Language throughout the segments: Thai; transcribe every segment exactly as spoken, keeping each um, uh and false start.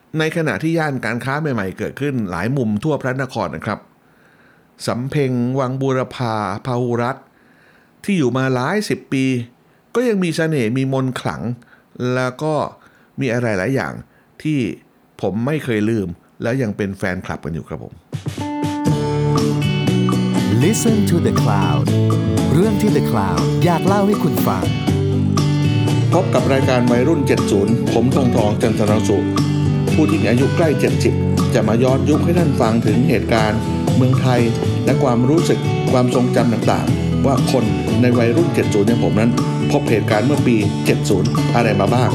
ในขณะที่ย่านการค้าใหม่ๆเกิดขึ้นหลายมุมทั่วพระนครนะครับสำเพ็งวังบูรพาพหุรัตน์ที่อยู่มาหลายสิบปีก็ยังมีเสน่ห์มีมนต์ขลังแล้วก็มีอะไรหลายอย่างที่ผมไม่เคยลืมแล้วยังเป็นแฟนคลับกันอยู่ครับผม Listen to the Cloud เรื่องที่ The Cloud อยากเล่าให้คุณฟังพบกับรายการวัยรุ่นเจ็ดสิบผมทองทองจันทรสุขผู้ที่มีอายุใกล้เจ็ดสิบจะมาย้อนยุคให้ท่านฟังถึงเหตุการณ์เมืองไทยและความรู้สึกความทรงจำต่างๆว่าคนในวัยรุ่นเจ็ดสิบอย่างผมนั้นพบเหตุการณ์เมื่อปีเจ็ดสิบอะไรมาบ้าง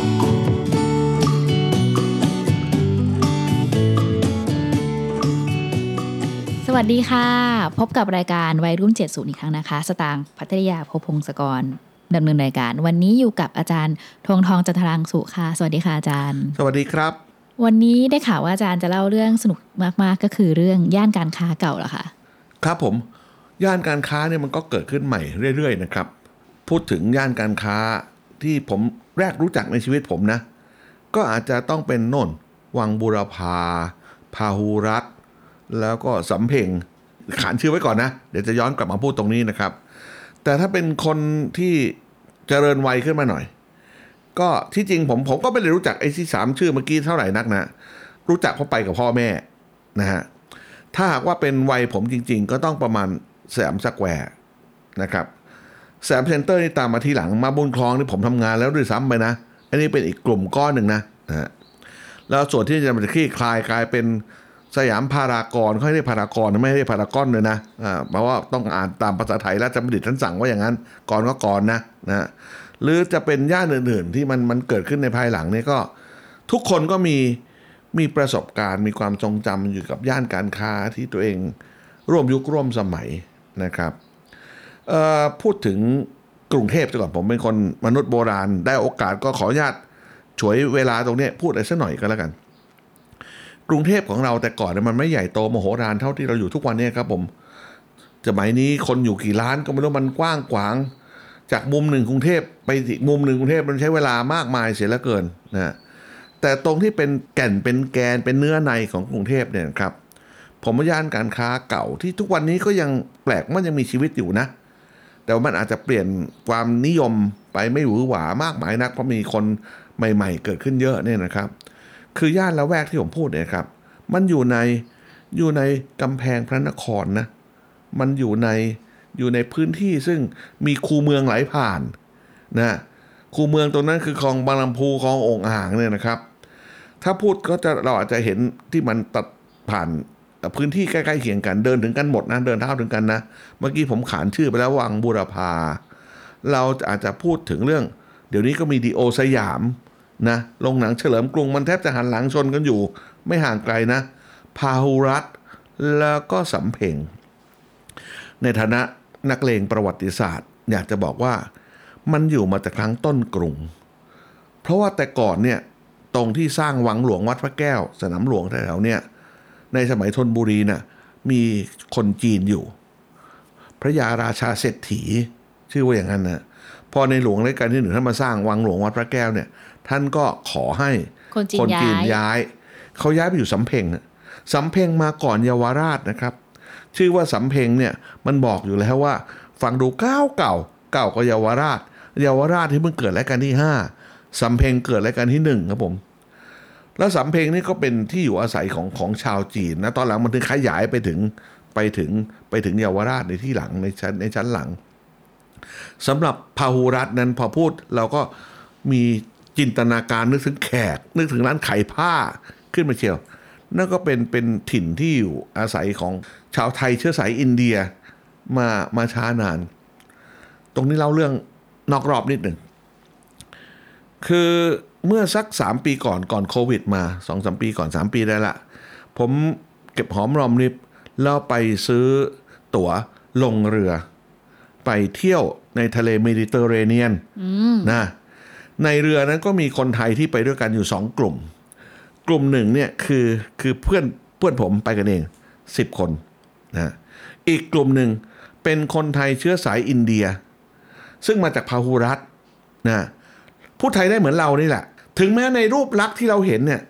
สวัสดีค่ะพบกับรายการวัยรุ่นเจ็ดสิบอีกครั้งนะคะสตางค์ภัทรยาภพพงศกรดำเนินรายการวันนี้อยู่กับอาจารย์ทองทองจันทรังสุค่ะสวัสดีค่ะอาจารย์สวัสดีครับวันนี้ได้ข่าวว่าอาจารย์จะเล่าเรื่องสนุกมากๆก็คือเรื่องย่านการค้าเก่าเหรอคะครับผมย่านการค้าเนี่ยมันก็เกิดขึ้นใหม่เรื่อยๆนะครับพูดถึงย่านการค้าที่ผมแรกรู้จักในชีวิตผมนะก็อาจจะต้องเป็นโน่นวังบูรพาพหุรัตน์แล้วก็สำเพ็งขานชื่อไว้ก่อนนะเดี๋ยวจะย้อนกลับมาพูดตรงนี้นะครับแต่ถ้าเป็นคนที่เจริญวัยขึ้นมาหน่อยก็ที่จริงผมผมก็ไม่ได้รู้จักไอ้ที่สามชื่อเมื่อกี้เท่าไหร่นักนะรู้จักเพราะไปกับพ่อแม่นะฮะถ้าหากว่าเป็นวัยผมจริงๆก็ต้องประมาณแสมสแควร์นะครับแสมเซ็นเตอร์นี่ตามมาทีหลังมาบุญคลองนี่ผมทำงานแล้วด้วยซ้ำไปนะอันนี้เป็นอีกกลุ่มก้อนหนึ่งนะนะฮะแล้วส่วนที่จะมันคลี่คลายกลายเป็นสยามพารากอนเขาไม่ได้พารากอนไม่ได้พารากอนเลยนะอ่าเพราะว่าต้องอ่านตามภาษาไทยราชบัณฑิตท่านสั่งว่าอย่างนั้นก่อนก็ก่อนนะนะหรือจะเป็นย่านอื่นๆที่มันมันเกิดขึ้นในภายหลังนี่ก็ทุกคนก็มีมีประสบการณ์มีความทรงจำอยู่กับย่านการค้าที่ตัวเองร่วมยุคร่วมสมัยนะครับพูดถึงกรุงเทพก่อนผมเป็นคนมนุษย์โบราณได้โอกาสก็ขออนุญาตฉวยเวลาตรงนี้พูดอะไรสักหน่อยก็แล้วกันกรุงเทพของเราแต่ก่อนมันไม่ใหญ่โตมโหฬารเท่าที่เราอยู่ทุกวันนี้ครับผมสมัยนี้คนอยู่กี่ล้านก็ไม่รู้มันกว้างขวางจากมุมหนึ่งกรุงเทพไปอีกมุมหนึ่งกรุงเทพมันใช้เวลามากมายเสียเหลือเกินนะแต่ตรงที่เป็นแก่นเป็นแกนเป็นเนื้อในของกรุงเทพเนี่ยครับผมว่าย่านการค้าเก่าที่ทุกวันนี้ก็ยังแปลกมันยังมีชีวิตอยู่นะแต่ว่ามันอาจจะเปลี่ยนความนิยมไปไม่หวือหวามากมายนักเพราะมีคนใหม่ๆเกิดขึ้นเยอะเนี่ยนะครับคือย่านละแวกที่ผมพูดเนี่ยครับมันอยู่ในอยู่ในกำแพงพระนครนะมันอยู่ในอยู่ในพื้นที่ซึ่งมีคูเมืองไหลผ่านนะคูเมืองตรงนั้นคือคลองบางลำพูคลองโอ่งอ่างเนี่ยนะครับถ้าพูดก็จะเราอาจจะเห็นที่มันตัดผ่านพื้นที่ใกล้ๆเคียงกันเดินถึงกันหมดนะเดินเท้าถึงกันนะเมื่อกี้ผมขานชื่อไปแล้ววังบูรพาเราอาจจะพูดถึงเรื่องเดี๋ยวนี้ก็มีดีโอสยามนะโรงหนังเฉลิมกรุงมันแทบจะหันหลังชนกันอยู่ไม่ห่างไกลนะพหุรัตน์แล้วก็สำเพ็งในฐานะนักเลงประวัติศาสตร์อยากจะบอกว่ามันอยู่มาแต่ครั้งต้นกรุงเพราะว่าแต่ก่อนเนี่ยตรงที่สร้างวังหลวงวัดพระแก้วสนามหลวงแถวๆเนี่ยในสมัยธนบุรีน่ะมีคนจีนอยู่พระยาราชาเศรษฐีชื่อว่าอย่างนั้นนะพอในหลวงรัชกาลที่หนึ่งท่านมาสร้างวังหลวงวัดพระแก้วเนี่ยท่านก็ขอให้คนจีนย้ายย้ายเขาย้ายไปอยู่สำเพ็งสำเพ็งมาก่อนเยาวราชนะครับชื่อว่าสำเพ็งเนี่ยมันบอกอยู่แล้วว่าฟังดูเก่าเก่าเก่าก็เยาวราชเยาวราชที่เพิ่งเกิดรัชกาลที่ห้าสำเพ็งเกิดรัชกาลที่หนึ่งครับผมแล้วสำเพ็งนี่ก็เป็นที่อยู่อาศัยของของชาวจีนนะตอนหลังมันถึงขยายไปถึงไปถึงไปถึงเยาวราชในที่หลังในชั้นในชั้นหลังสำหรับพหุรัตน์นั้นพอพูดเราก็มีจินตนาการนึกถึงแขกนึกถึงร้านขายผ้าขึ้นมาเชียวนั่นก็เป็นเป็นถิ่นที่อยู่อาศัยของชาวไทยเชื้อสายอินเดียมามาช้านานตรงนี้เล่าเรื่องนอกรอบนิดหนึ่งคือเมื่อสักสามปีก่อนก่อนโควิดมา สองถึงสาม ปีก่อนสามปีได้ละผมเก็บหอมรอมริบแล้วไปซื้อตั๋วลงเรือไปเที่ยวในทะเลเมดิเตอร์เรเนียนนะในเรือนั้นก็มีคนไทยที่ไปด้วยกันอยู่สองกลุ่มกลุ่มหนึ่งเนี่ยคือคือเพื่อนเพื่อนผมไปกันเองสิบคนนะอีกกลุ่มหนึ่งเป็นคนไทยเชื้อสายอินเดียซึ่งมาจากพหุรัตน์นะพูดไทยได้เหมือนเรานี่แหละถึงแม้ในรูปลักษณ์ที่เราเห็นเนี่ย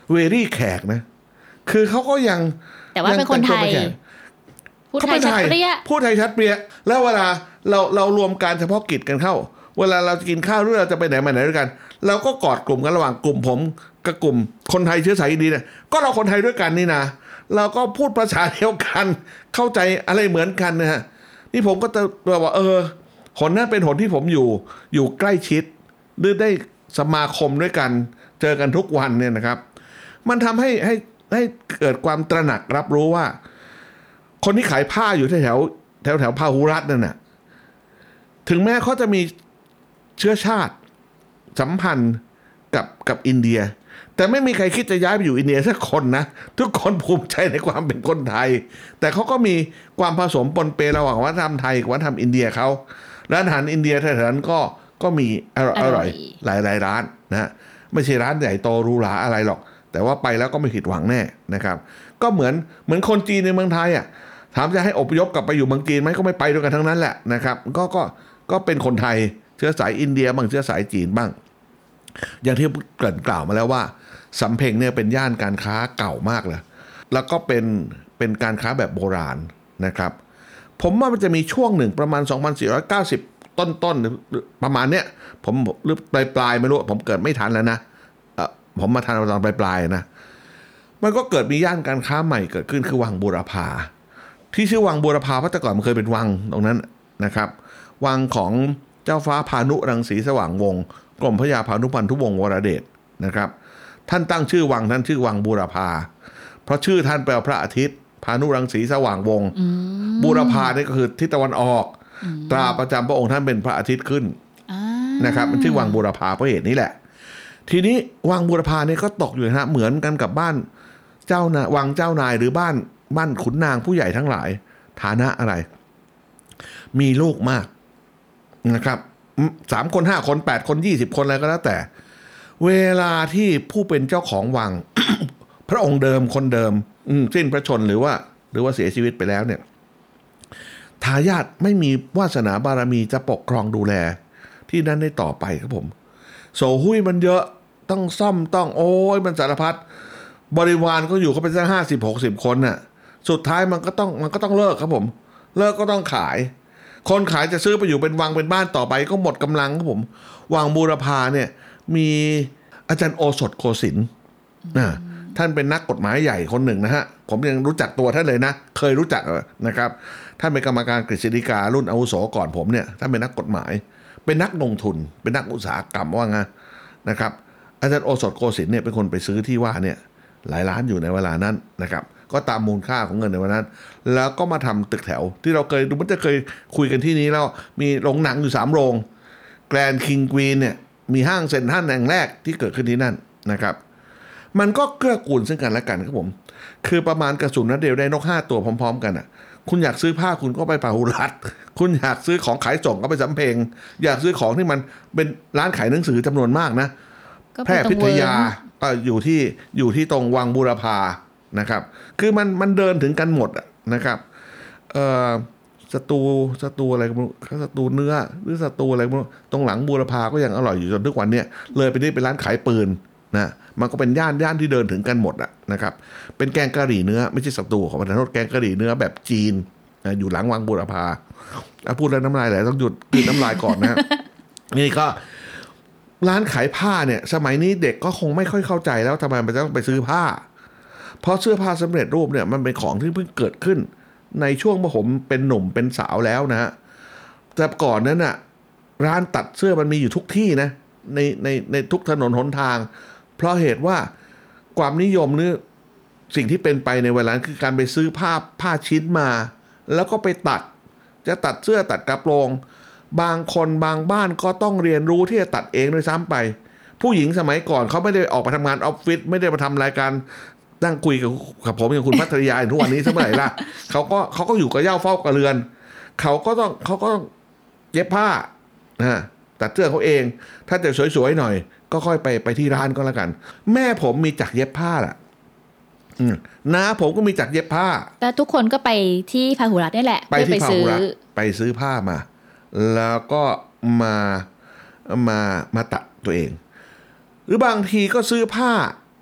เวรี่แขกนะคือเขาก็ยังแต่ว่าเป็นคนไทยพูดไทยชัดเปรี้ยพูดไทยชัดเปรี้ยแล้วเวลาเราเรารวมการเฉพาะกิจกันเข้าเวลาเราจะกินข้าวหรือเราจะไปไหนมาไหนด้วยกันเราก็กอดกลุ่มกันระหว่างกลุ่มผมกับกลุ่มคนไทยเชื้อสายอินเดียเนี่ยก็เราคนไทยด้วยกันนี่นะเราก็พูดภาษาเดียวกันเข้าใจอะไรเหมือนกันนะฮะนี่ผมก็จะบอกว่าเออหนนั้นเป็นหนที่ผมอยู่อยู่ใกล้ชิดหรือได้สมาคมด้วยกันเจอกันทุกวันเนี่ยนะครับมันทำให้ให้ให้เกิดความตระหนักรับรู้ว่าคนที่ขายผ้าอยู่แถวแถวแถวพาหุรัตน์นั่นน่ะถึงแม้เขาจะมีเชื้อชาติสัมพันธ์กับกับอินเดียแต่ไม่มีใครคิดจะย้ายไปอยู่อินเดียสักคนนะทุกคนภูมิใจในความเป็นคนไทยแต่เขาก็มีความผสมปนเประหว่างวัฒนธรรมไทยกับวัฒนธรรมอินเดียเขาร้านอาหารอินเดียแถวนั้นก็ก็มีอร่อยอร่อยหลายหลายร้านนะไม่ใช่ร้านใหญ่โตหรูหราอะไรหรอกแต่ว่าไปแล้วก็ไม่ผิดหวังแน่นะครับก็เหมือนเหมือนคนจีนในเมืองไทยอ่ะถามจะให้อพยพกลับไปอยู่เมืองจีนไหมก็ไม่ไปด้วยกันทั้งนั้นแหละนะครับก็ก็ก็เป็นคนไทยเชื้อสายอินเดียบ้างเชื้อสายจีนบ้างอย่างที่เกริ่นกล่าวมาแล้วว่าสำเพ็งเนี่ยเป็นย่านการค้าเก่ามากเลยแล้วก็เป็นเป็นการค้าแบบโบราณนะครับผมว่ามันจะมีช่วงหนึ่งประมาณสองพันสี่ร้อยเก้าสิบต้นๆประมาณเนี้ยผมหรือปลายปลายไม่รู้ผมเกิดไม่ทันแล้วนะเออผมมาทันตอนปลายปลายนะมันก็เกิดมีย่านการค้าใหม่เกิดขึ้นคือวังบูรพาที่ชื่อวังบูรพาเพราะแต่ก่อนมันเคยเป็นวังตรงนั้นนะครับวังของเจ้าฟ้าพานุรังสีสว่างวงศ์กรมพระยาพานุพันธุวงศ์วรเดชนะครับท่านตั้งชื่อวังท่านชื่อวังบูรพาเพราะชื่อท่านแปลว่าพระอาทิตย์พานุรังสีสว่างวงศ์บูรพานี่ก็คือทิศตะวันออกตราประจำพระองค์ท่านเป็นพระอาทิตย์ขึ้นนะครับมันชื่อวังบูรพาเพราะเหตุนี้แหละทีนี้วังบูรพาเนี่ยก็ตกอยู่นะเหมือนกันกับบ้านเจ้านาวังเจ้านายหรือบ้านบ้านขุนนางผู้ใหญ่ทั้งหลายฐานะอะไรมีลูกมากนะครับสามคนห้าคนแปดคนยี่สิบคนอะไรก็แล้วแต่เวลาที่ผู้เป็นเจ้าของวัง พระองค์เดิมคนเดิมสิ้นพระชนหรือว่าหรือว่าเสียชีวิตไปแล้วเนี่ยทายาทไม่มีวาสนาบารมีจะปกครองดูแลที่นั่นได้ต่อไปครับผมโสหุ้ยมันเยอะต้องซ่อมต้องโอ้ยมันสารพัดบริวารก็อยู่เขาเป็นสักห้าสิบหกสิบคนน่ะสุดท้ายมันก็ต้องมันก็ต้องเลิกครับผมเลิกก็ต้องขายคนขายจะซื้อไปอยู่เป็นวังเป็นบ้านต่อไปก็หมดกำลังครับผมวังบูรพาเนี่ยมีอาจารย์โอสถโกสินทร์นะท่านเป็นนักกฎหมายใหญ่คนหนึ่งนะฮะผมยังรู้จักตัวท่านเลยนะเคยรู้จักนะครับท่านเป็นกรรมการกฤษฎีการุ่นอาวุโสก่อนผมเนี่ยท่านเป็นนักกฎหมายเป็นนักลงทุนเป็นนักอุตสาหกรรมว่างั้นนะครับอาจารย์โอสถโกสินทร์เนี่ยเป็นคนไปซื้อที่ว่าเนี่ยหลายล้านอยู่ในเวลานั้นนะครับก็ตามมูลค่าของเงินในวันนั้นแล้วก็มาทำตึกแถวที่เราเคยดูมันจะเคยคุยกันที่นี้แล้วมีโรงหนังอยู่สามโรงแกรนด์คิงกวีนเนี่ยมีห้างเซ็นทรัลแห่งแรกที่เกิดขึ้นที่นั่นนะครับมันก็เกื้อกูลซึ่งกันและกันครับผมคือประมาณกระสุนนัดเดียวได้นกห้าตัวพร้อมๆกันอ่ะคุณอยากซื้อผ้าคุณก็ไปพาหุรัตน์คุณอยากซื้อของขายส่งก็ไปสำเพ็งอยากซื้อของที่มันเป็นร้านขายหนังสือจำนวนมากนะแพร่พิทยาก็อยู่ที่อยู่ที่ตรงวังบูรพานะครับคือมันมันเดินถึงกันหมดนะครับเอ่อสตูสตูอะไรสตูเนื้อหรือสตูอะไรตรงหลังบูรพาก็ยังอร่อยอยู่จนทุกวันเนี่ยเลยไปนี่เป็นร้านขายปืนนะมันก็เป็นย่านย่านที่เดินถึงกันหมดอะนะครับเป็นแกงกะหรี่เนื้อไม่ใช่สตูของประธานโทษแกงกะหรี่เนื้อแบบจีนนะอยู่หลังวังบูรพาพูดแล้วน้ำลายไหลต้องหยุดกินน้ำลายก่อนนะ นี่ก็ร้านขายผ้าเนี่ยสมัยนี้เด็กก็คงไม่ค่อยเข้าใจแล้วทำไมมันต้องไปซื้อผ้าเพราะเสื้อผ้าสำเร็จรูปเนี่ยมันเป็นของที่เพิ่งเกิดขึ้นในช่วงเมื่อผมเป็นหนุ่มเป็นสาวแล้วนะฮะแต่ก่อนนั้นน่ะร้านตัดเสื้อมันมีอยู่ทุกที่นะในในในทุกถนนหนทางเพราะเหตุว่าความนิยมหรือสิ่งที่เป็นไปในเวลาคือการไปซื้อผ้าผ้าชิ้นมาแล้วก็ไปตัดจะตัดเสื้อตัดกระโปรงบางคนบางบ้านก็ต้องเรียนรู้ที่จะตัดเองด้วยซ้ำไปผู้หญิงสมัยก่อนเขาไม่ได้ออกไปทำงานออฟฟิศไม่ได้มาทำรายการนั่งคุยกับกับผมอย่างคุณพัทรยาทุกวันนี้สมัยล่ะเขาก็เขาก็อยู่กับเหย้าเฝ้ากับเรือนเขาก็ต้องเขาก็เย็บผ้านะตัดเสื้อเขาเองถ้าจะสวยๆหน่อยก็ค่อยไปไปที่ร้านก็แล้วกันแม่ผมมีจักรเย็บผ้าล่ะน้าผมก็มีจักรเย็บผ้าแต่ทุกคนก็ไปที่พาหุรัตน์นี่แหละไปที่พาหุรัตน์ไปซื้อผ้ามาแล้วก็มามามาตัดตัวเองหรือบางทีก็ซื้อผ้า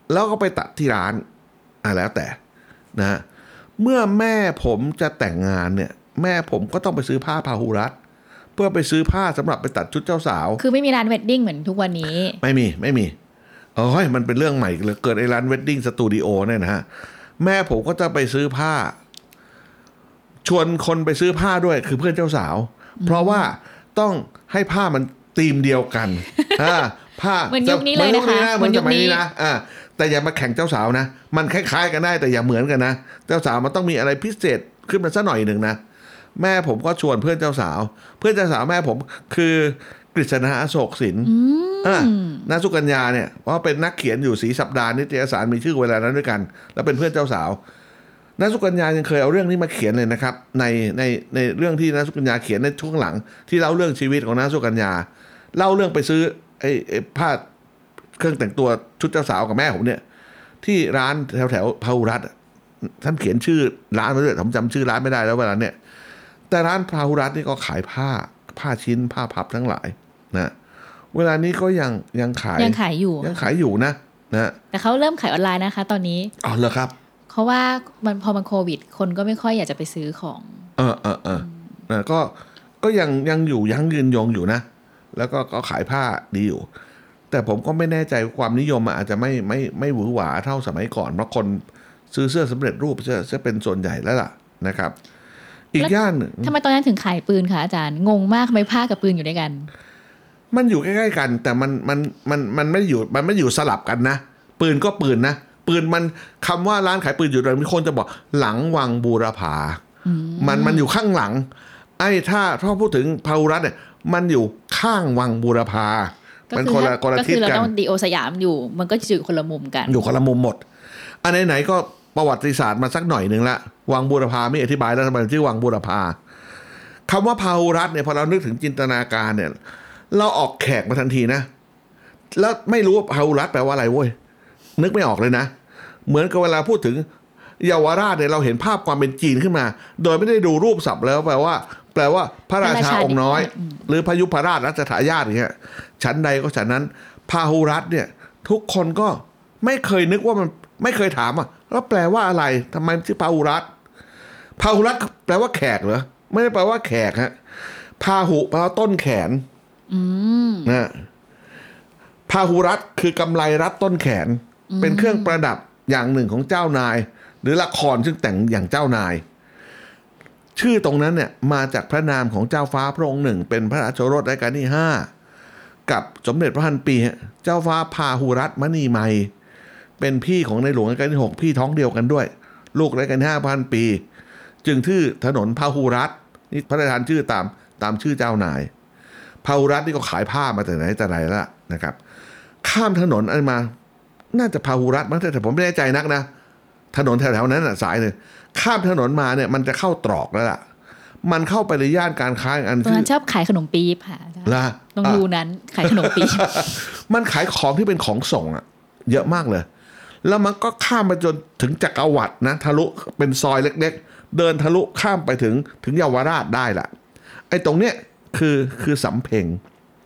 แล้วก็ไปตัดที่ร้านอ่ะแล้วแต่นะเมื่อแม่ผมจะแต่งงานเนี่ยแม่ผมก็ต้องไปซื้อผ้าพาหุรัตน์เพื่อไปซื้อผ้าสำหรับไปตัดชุดเจ้าสาวคือไม่มีร้านเวดดิ้งเหมือนทุกวันนี้ไม่มีไม่มีโอ้ยมันเป็นเรื่องใหม่เลยเกิดไอ้ร้านเวดดิ้งสตูดิโอเนี่ยนะฮะแม่ผมก็จะไปซื้อผ้าชวนคนไปซื้อผ้าด้วยคือเพื่อนเจ้าสาวเพราะว่าต้องให้ผ้ามันธีมเดียวกันอ่าผ้าเหมือนยุคนี้เลยนะคะเหมือนสมัยนี้นะอ่าแต่อย่ามาแข่งเจ้าสาวนะมันคล้ายๆกันได้แต่อย่าเหมือนกันนะเจ้าสาวมันต้องมีอะไรพิเศษขึ้นมาสักหน่อยหนึ่งนะแม่ผมก็ชวนเพื่อนเจ้าสาวเพื่อนเจ้าสาวแม่ผมคือกฤษณาอโศกสินอ่านาสุกัญญาเนี่ยเพราะเป็นนักเขียนอยู่สีสัปดาห์นิตยสารมีชื่อเวลานั้นด้วยกันแล้วเป็นเพื่อนเจ้าสาวนาสุกัญญายังเคยเอาเรื่องนี้มาเขียนเลยนะครับในในในเรื่องที่นาสุกัญญาเขียนในช่วงหลังที่เล่าเรื่องชีวิตของนาสุกัญญาเล่าเรื่องไปซื้อไอ้ไอ้ผ้าเครื่องแต่งตัวชุดเจ้าสาวกับแม่ผมเนี่ยที่ร้านแถวแถวพาหุรัตน์ท่านเขียนชื่อร้านไว้ด้วยผมจำชื่อร้านไม่ได้แล้วเวลาเนี่ยแต่ร้านพาหุรัตน์นี่ก็ขายผ้าผ้าชิ้นผ้าพับทั้งหลายนะเวลานี้ก็ยังยังขายยังขายอยู่ยังขายอยู่นะนะแต่เขาเริ่มขายออนไลน์นะคะตอนนี้อ๋อเหรอครับเพราะว่ามันพอมันโควิดคนก็ไม่ค่อยอยากจะไปซื้อของเออเออเออนะก็ก็ยังยังอยู่ยังยืนยงอยู่นะแล้วก็ก็ขายผ้าดีอยู่แต่ผมก็ไม่แน่ใจความนิยมอาจจะไม่ไม่ไม่หวือหวาเท่าสมัยก่อนเพราะคนซื้อเสื้อสำเร็จรูปจะจะเป็นส่วนใหญ่แล้วล่ะนะครับอีกย่านทำไมตอนนั้นถึงขายปืนคะอาจารย์งงมากทำไมผ้ากับปืนอยู่ด้วยกันมันอยู่ใกล้ๆกันแต่มันมันมันมันไม่อยู่มันไม่อยู่สลับกันนะปืนก็ปืนนะปืนมันคำว่าร้านขายปืนอยู่ตรงมีคนจะบอกหลังวังบูรพามันมันอยู่ข้างหลังไอ้ถ้าถ้าพูดถึงพาหุรัตน์เนี่ยมันอยู่ข้างวังบูรพามันคนละคนละทิศกันก็คือเราต้องดีโอสยามอยู่มันก็อยู่คนละมุมกันอยู่คนละมุมหมดอันไหนๆก็ประวัติศาสตร์มาสักหน่อยนึงละวังบูรพาไม่อธิบายแล้วทำไมชื่อวังบูรพาคำว่าพาหุรัตน์เนี่ยพอเรานึกถึงจินตนาการเนี่ยเราออกแขกมาทันทีนะแล้วไม่รู้ว่าพาหุรัตน์แปลว่าอะไรเว้ยนึกไม่ออกเลยนะเหมือนกับเวลาพูดถึงเยาวราชเนี่ยเราเห็นภาพความเป็นจีนขึ้นมาโดยไม่ได้ดูรูปศัพท์แล้วแปลว่าแปลว่าพระราชาองค์น้อยหรือพยุพราชรัชทายาทอย่างเงี้ยชั้นใดก็ชั้นนั้นพาหุรัตน์เนี่ยทุกคนก็ไม่เคยนึกว่ามันไม่เคยถามอ่ะแล้วแปลว่าอะไรทำไมชื่อพาหุรัตน์พาหุรัตน์แปลว่าแขกเหรอไม่ได้แปลว่าแขกฮะพาหุแปลว่าต้นแขนนะพาหุรัตน์คือกำไลรัดต้นแขนเป็นเครื่องประดับอย่างหนึ่งของเจ้านายหรือละครซึ่งแต่งอย่างเจ้านายชื่อตรงนั้นเนี่ยมาจากพระนามของเจ้าฟ้าพระองค์หนึ่งเป็นพระราชโอรสรัชกาลที่ห้ากับสมเด็จพระพันปีเจ้าฟ้าพาหุรัตน์มณีไมยเป็นพี่ของในหลวงรัชกาลที่หกพี่ท้องเดียวกันด้วยลูกรัชกาลที่ห้าพันปีจึงชื่อถนนพาหุรัตน์นี่พระราชทานชื่อตามตามชื่อเจ้านายพาหุรัตน์นี่ก็ขายผ้ามาแต่ไหนแต่ไรแล้วนะครับข้ามถนนอันมาน่าจะพาหุรัตน์มั้งแต่ผมไม่แน่ใจนักนะถนนแถวๆนั้นน่ะสายเลยข้ามถนนมาเนี่ยมันจะเข้าตรอกแล้วล่ะมันเข้าไปในย่านการค้าอันที่ชอบขายขนมปี๊บค่ะตรงรูนั้นขายขนมปี๊บมันขายของที่เป็นของส่งอ่ะเยอะมากเลยแล้วมันก็ข้ามไปจนถึงจักรวรรดินะทะลุเป็นซอยเล็กๆเดินทะลุข้ามไปถึงถึงเยาวราชได้ล่ะไอ้ตรงเนี้ยคือคือสำเพ็ง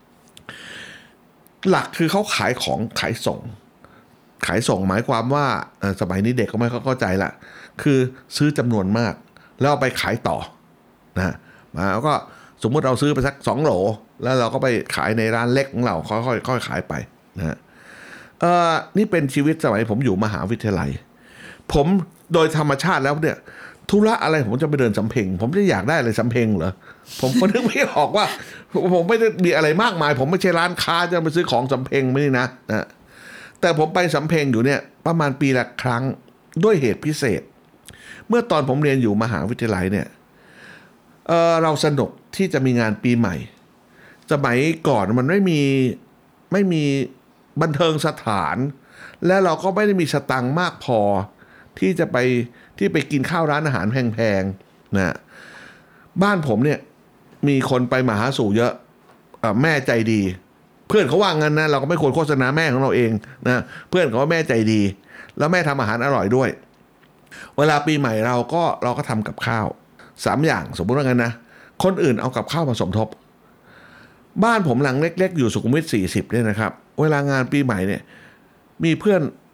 หลักคือเขาขายของขายส่งขายส่งหมายความว่าสมัยนี้เด็กก็ไม่เข้าใจละคือซื้อจำนวนมากแล้วเอาไปขายต่อนะมาแล้วก็สมมุติเราซื้อไปสักสองโหลแล้วเราก็ไปขายในร้านเล็กของเราค่อยๆค่อยขายไปนะเอ่อนี่เป็นชีวิตสมัยผมอยู่มหาวิทยาลัยผมโดยธรรมชาติแล้วเนี่ยธุระอะไรผมจะไปเดินสำเพ็งผมจะอยากได้อะไรสำเพ็งเหรอผมก็นึกไม่ออกว่าผมไม่ได้มีอะไรมากมายผมไม่ใช่ร้านค้าจะไปซื้อของสำเพ็งไม่นี่นะนะแต่ผมไปสำเพ็งอยู่เนี่ยประมาณปีละครั้งด้วยเหตุพิเศษเมื่อตอนผมเรียนอยู่มหาวิทยาลัยเนี่ย เอ่อเราสนุกที่จะมีงานปีใหม่สมัยก่อนมันไม่มีไม่มีบันเทิงสถานและเราก็ไม่ได้มีสตังค์มากพอที่จะไปที่ไปกินข้าวร้านอาหารแพงๆนะบ้านผมเนี่ยมีคนไปมาหาสู่เยอะอ่ะแม่ใจดีเพื่อนเขาว่างั้นนะเราก็ไม่ควรโฆษณาแม่ของเราเองนะเพื่อนเขาว่าแม่ใจดีแล้วแม่ทำอาหารอร่อยด้วยเวลาปีใหม่เราก็เราก็ทำกับข้าวสามอย่างสมมติว่างั้นนะคนอื่นเอากับข้าวมาสมทบบ้านผมหลังเล็กๆอยู่สุขุมวิทสี่สิบเนี่ยนะครับเวลางานปีใหม่เนี่ยมีเพื่อน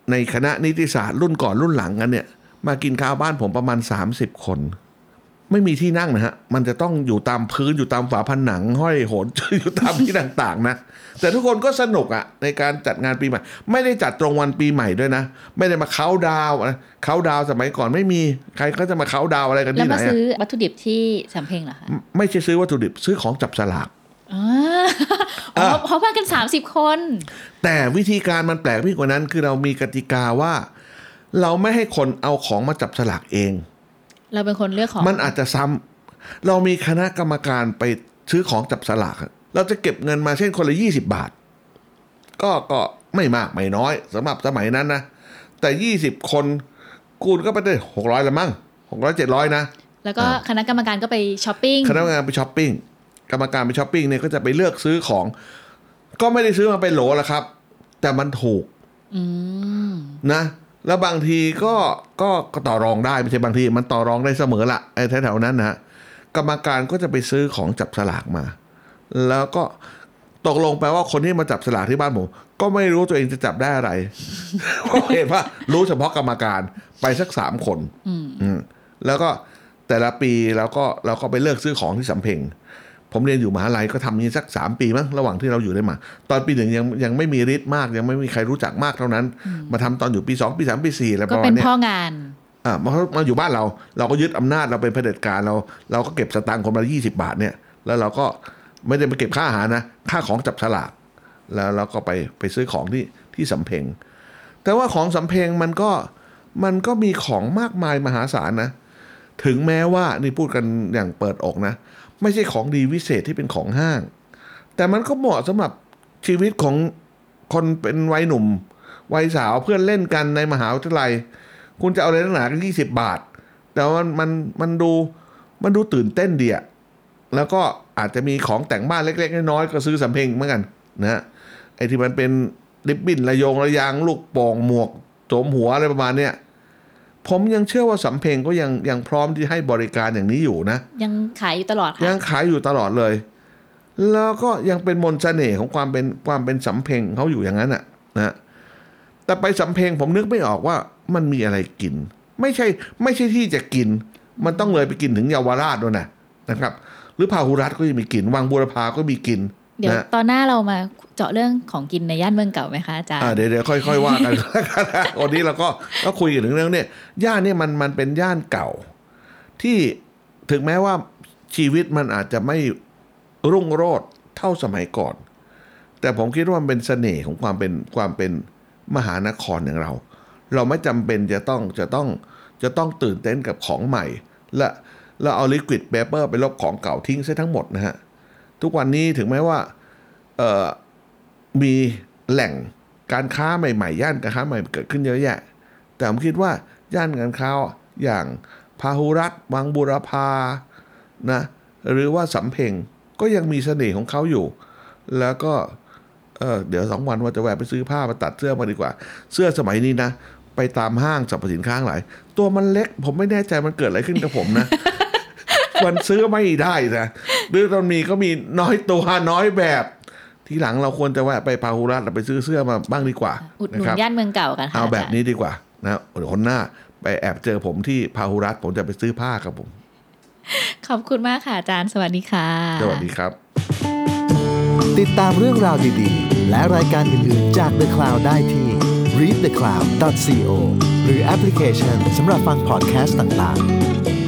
ในคณะนิติศาสตร์รุ่นก่อนรุ่นหลังกันเนี่ยมากินข้าวบ้านผมประมาณสามสิบคนไม่มีที่นั่งนะฮะมันจะต้องอยู่ตามพื้นอยู่ตามฝาผนังห้อยโหน อยู่ตามที่ต่างๆนะแต่ทุกคนก็สนุกอ่ะในการจัดงานปีใหม่ไม่ได้จัดตรงวันปีใหม่ด้วยนะไม่ได้มาเค้าดาวน์นะเค้าดาวน์สมัยก่อนไม่มีใครก็จะมาเค้าดาวน์อะไรกันที่ไหนแล้วมาซื้อวัตถุดิบที่สำเพ็งเหรอคะไม่ใช่ซื้อวัตถุดิบซื้อของจับสลากอ๋อเพราะมากันสามสิบคนแต่วิธีการมันแปลกยิ่งกว่านั้นคือเรามีกติกาว่าเราไม่ให้คนเอาของมาจับสลากเองเราเป็นคนเลือกของมันอาจจะซ้ำเรามีคณะกรรมการไปซื้อของจับสลากเราจะเก็บเงินมาเช่นคนละยี่สิบบาทก็ก็ไม่มากไม่น้อยสำหรับสมัยนั้นนะแต่ยี่สิบคนคูณก็ไปได้หกร้อยละมั้งหกร้อยเจ็ดร้อยนะแล้วก็คณะกรรมการก็ไปช้อปปิ้งคณะกรรมการไปช้อปปิ้งกรรมการไปช้อปปิ้งเนี่ยก็จะไปเลือกซื้อของก็ไม่ได้ซื้อมาเป็นโหลละครับแต่มันถูกนะแล้วบางทีก็ก็ก็ต่อรองได้ไม่ใช่บางทีมันต่อรองได้เสมอละไอ้แถวๆนั้นนะกรรมการก็จะไปซื้อของจับสลากมาแล้วก็ตกลงไปว่าคนที่มาจับสลากที่บ้านผมก็ไม่รู้ตัวเองจะจับได้อะไรก็เห็นว่ารู้เฉพาะกรรมการไปสักสามคนแล้วก็แต่ละปีเราก็เราก็ไปเลือกซื้อของที่สำเพ็งผมเรียนอยู่มหาลัยก็ทำนี้สักสามปีมั้งระหว่างที่เราอยู่ได้มาตอนปีหนึ่งยังยังไม่มีฤทธิ์มากยังไม่มีใครรู้จักมากเท่านั้นมาทำตอนอยู่ปีสองปีสามปีสี่อะไรประมาณนี้ก็เป็นพ่องานอ่ามามาอยู่บ้านเราเราก็ยึดอำนาจเราเป็นเผด็จการเราเราก็เก็บสตางค์คนละยี่สิบบาทเนี่ยแล้วเราก็ไม่ได้ไปเก็บค่าอาหารนะค่าของจับฉลากแล้วเราก็ไปไปซื้อของที่ที่สำเพ็งแต่ว่าของสำเพ็งมันก็มันก็มีของมากมายมหาศาลนะถึงแม้ว่านี่พูดกันอย่างเปิดอกนะไม่ใช่ของดีวิเศษที่เป็นของห้างแต่มันก็เหมาะสำหรับชีวิตของคนเป็นวัยหนุ่มวัยสาวเพื่อนเล่นกันในมหาวิทยาลัยคุณจะเอาอะไรนักหนากันยี่สิบบาทแต่ว่ามันมันมันดูมันดูตื่นเต้นดีอะแล้วก็อาจจะมีของแต่งบ้านเล็กๆน้อยๆก็ซื้อสำเพ็งเหมือนกันนะไอ้ที่มันเป็นริบบิ้นระยงระยางลูกโป่งหมวกโจมหัวอะไรประมาณเนี้ยผมยังเชื่อว่าสำเพ็งก็ยังยังพร้อมที่ให้บริการอย่างนี้อยู่นะยังขายอยู่ตลอดค่ะยังขายอยู่ตลอดเลยแล้วก็ยังเป็นมนต์เสน่ห์ของความเป็นความเป็นสำเพ็งเขาอยู่อย่างนั้นน่ะนะแต่ไปสำเพ็งผมนึกไม่ออกว่ามันมีอะไรกินไม่ใช่ไม่ใช่ที่จะกินมันต้องเลยไปกินถึงเยาวราชด้วยนะนะครับหรือพาหุรัตน์ก็ยังมีกินวังบูรพาก็มีกินเดี๋ยวตอนหน้าเรามาเจาะเรื่องของกินในย่านเมืองเก่าไหมคะอาจารย์เดี๋ยวเดี๋ยวค่อยๆว่ากันวันนี้เราก็ก็คุยกันถึงเรื่องนี้ย่านนี้มันมันเป็นย่านเก่าที่ถึงแม้ว่าชีวิตมันอาจจะไม่รุ่งโรจน์เท่าสมัยก่อนแต่ผมคิดว่ามันเป็นเสน่ห์ของความเป็นความเป็นมหานครอย่างเราเราไม่จำเป็นจะต้องจะต้องจะต้องตื่นเต้นกับของใหม่และเราเอาลิควิดเปเปอร์ไปลบของเก่าทิ้งซะทั้งหมดนะฮะทุกวันนี้ถึงแม้ว่าเอ่อมีแหล่งการค้าใหม่ๆย่านการค้าใหม่เกิดขึ้นเยอะแยะแต่ผมคิดว่าย่านการค้าอย่างพาหุรัตน์วังบูรพานะหรือว่าสำเพ็งก็ยังมีเสน่ห์ของเขาอยู่แล้วก็เออเดี๋ยวสองวันว่าจะแวะไปซื้อผ้ามาตัดเสื้อมาดีกว่าเสื้อสมัยนี้นะไปตามห้างสรรพสินค้าหลายตัวมันเล็กผมไม่แน่ใจมันเกิดอะไรขึ้นกับผมนะ มันซื้อไม่ได้นะหรือตอนมีก็มีน้อยตัวน้อยแบบทีหลังเราควรจะแวะไปพาหุรัตน์ไปซื้อเสื้อมาบ้างดีกว่าอุดหนุนย่านเมืองเก่ากันค่ะเอาแบบนี้ดีกว่านะเดี๋ยวคนหน้าไปแอบเจอผมที่พาหุรัตน์ผมจะไปซื้อผ้าครับผมขอบคุณมากค่ะอาจารย์สวัสดีค่ะสวัสดีครับติดตามเรื่องราวดีๆและรายการอื่นๆจาก The Cloud ได้ที่ รีด เดอะ คลาวด์ ดอท ซี โอ หรือแอปพลิเคชันสำหรับฟังพอดแคสต์ต่างๆ